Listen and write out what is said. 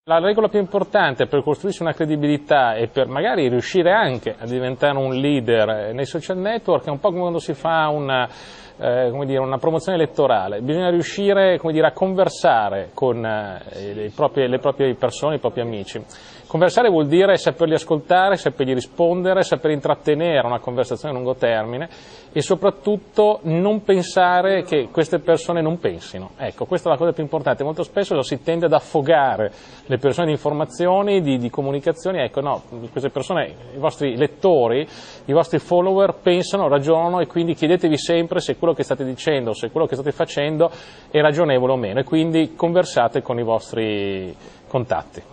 La regola più importante per costruirsi una credibilità e per magari riuscire anche a diventare un leader nei social network è un po' come quando si fa una promozione elettorale, bisogna riuscire a conversare con le proprie persone, i propri amici. Conversare vuol dire saperli ascoltare, sapergli rispondere, saper intrattenere una conversazione a lungo termine e soprattutto non pensare che queste persone non pensino. Ecco, questa è la cosa più importante. Molto spesso si tende ad affogare le persone di informazioni, di comunicazioni. Ecco, no, queste persone, i vostri lettori, i vostri follower pensano, ragionano e quindi chiedetevi sempre se quello che state dicendo, se quello che state facendo è ragionevole o meno e quindi conversate con i vostri contatti.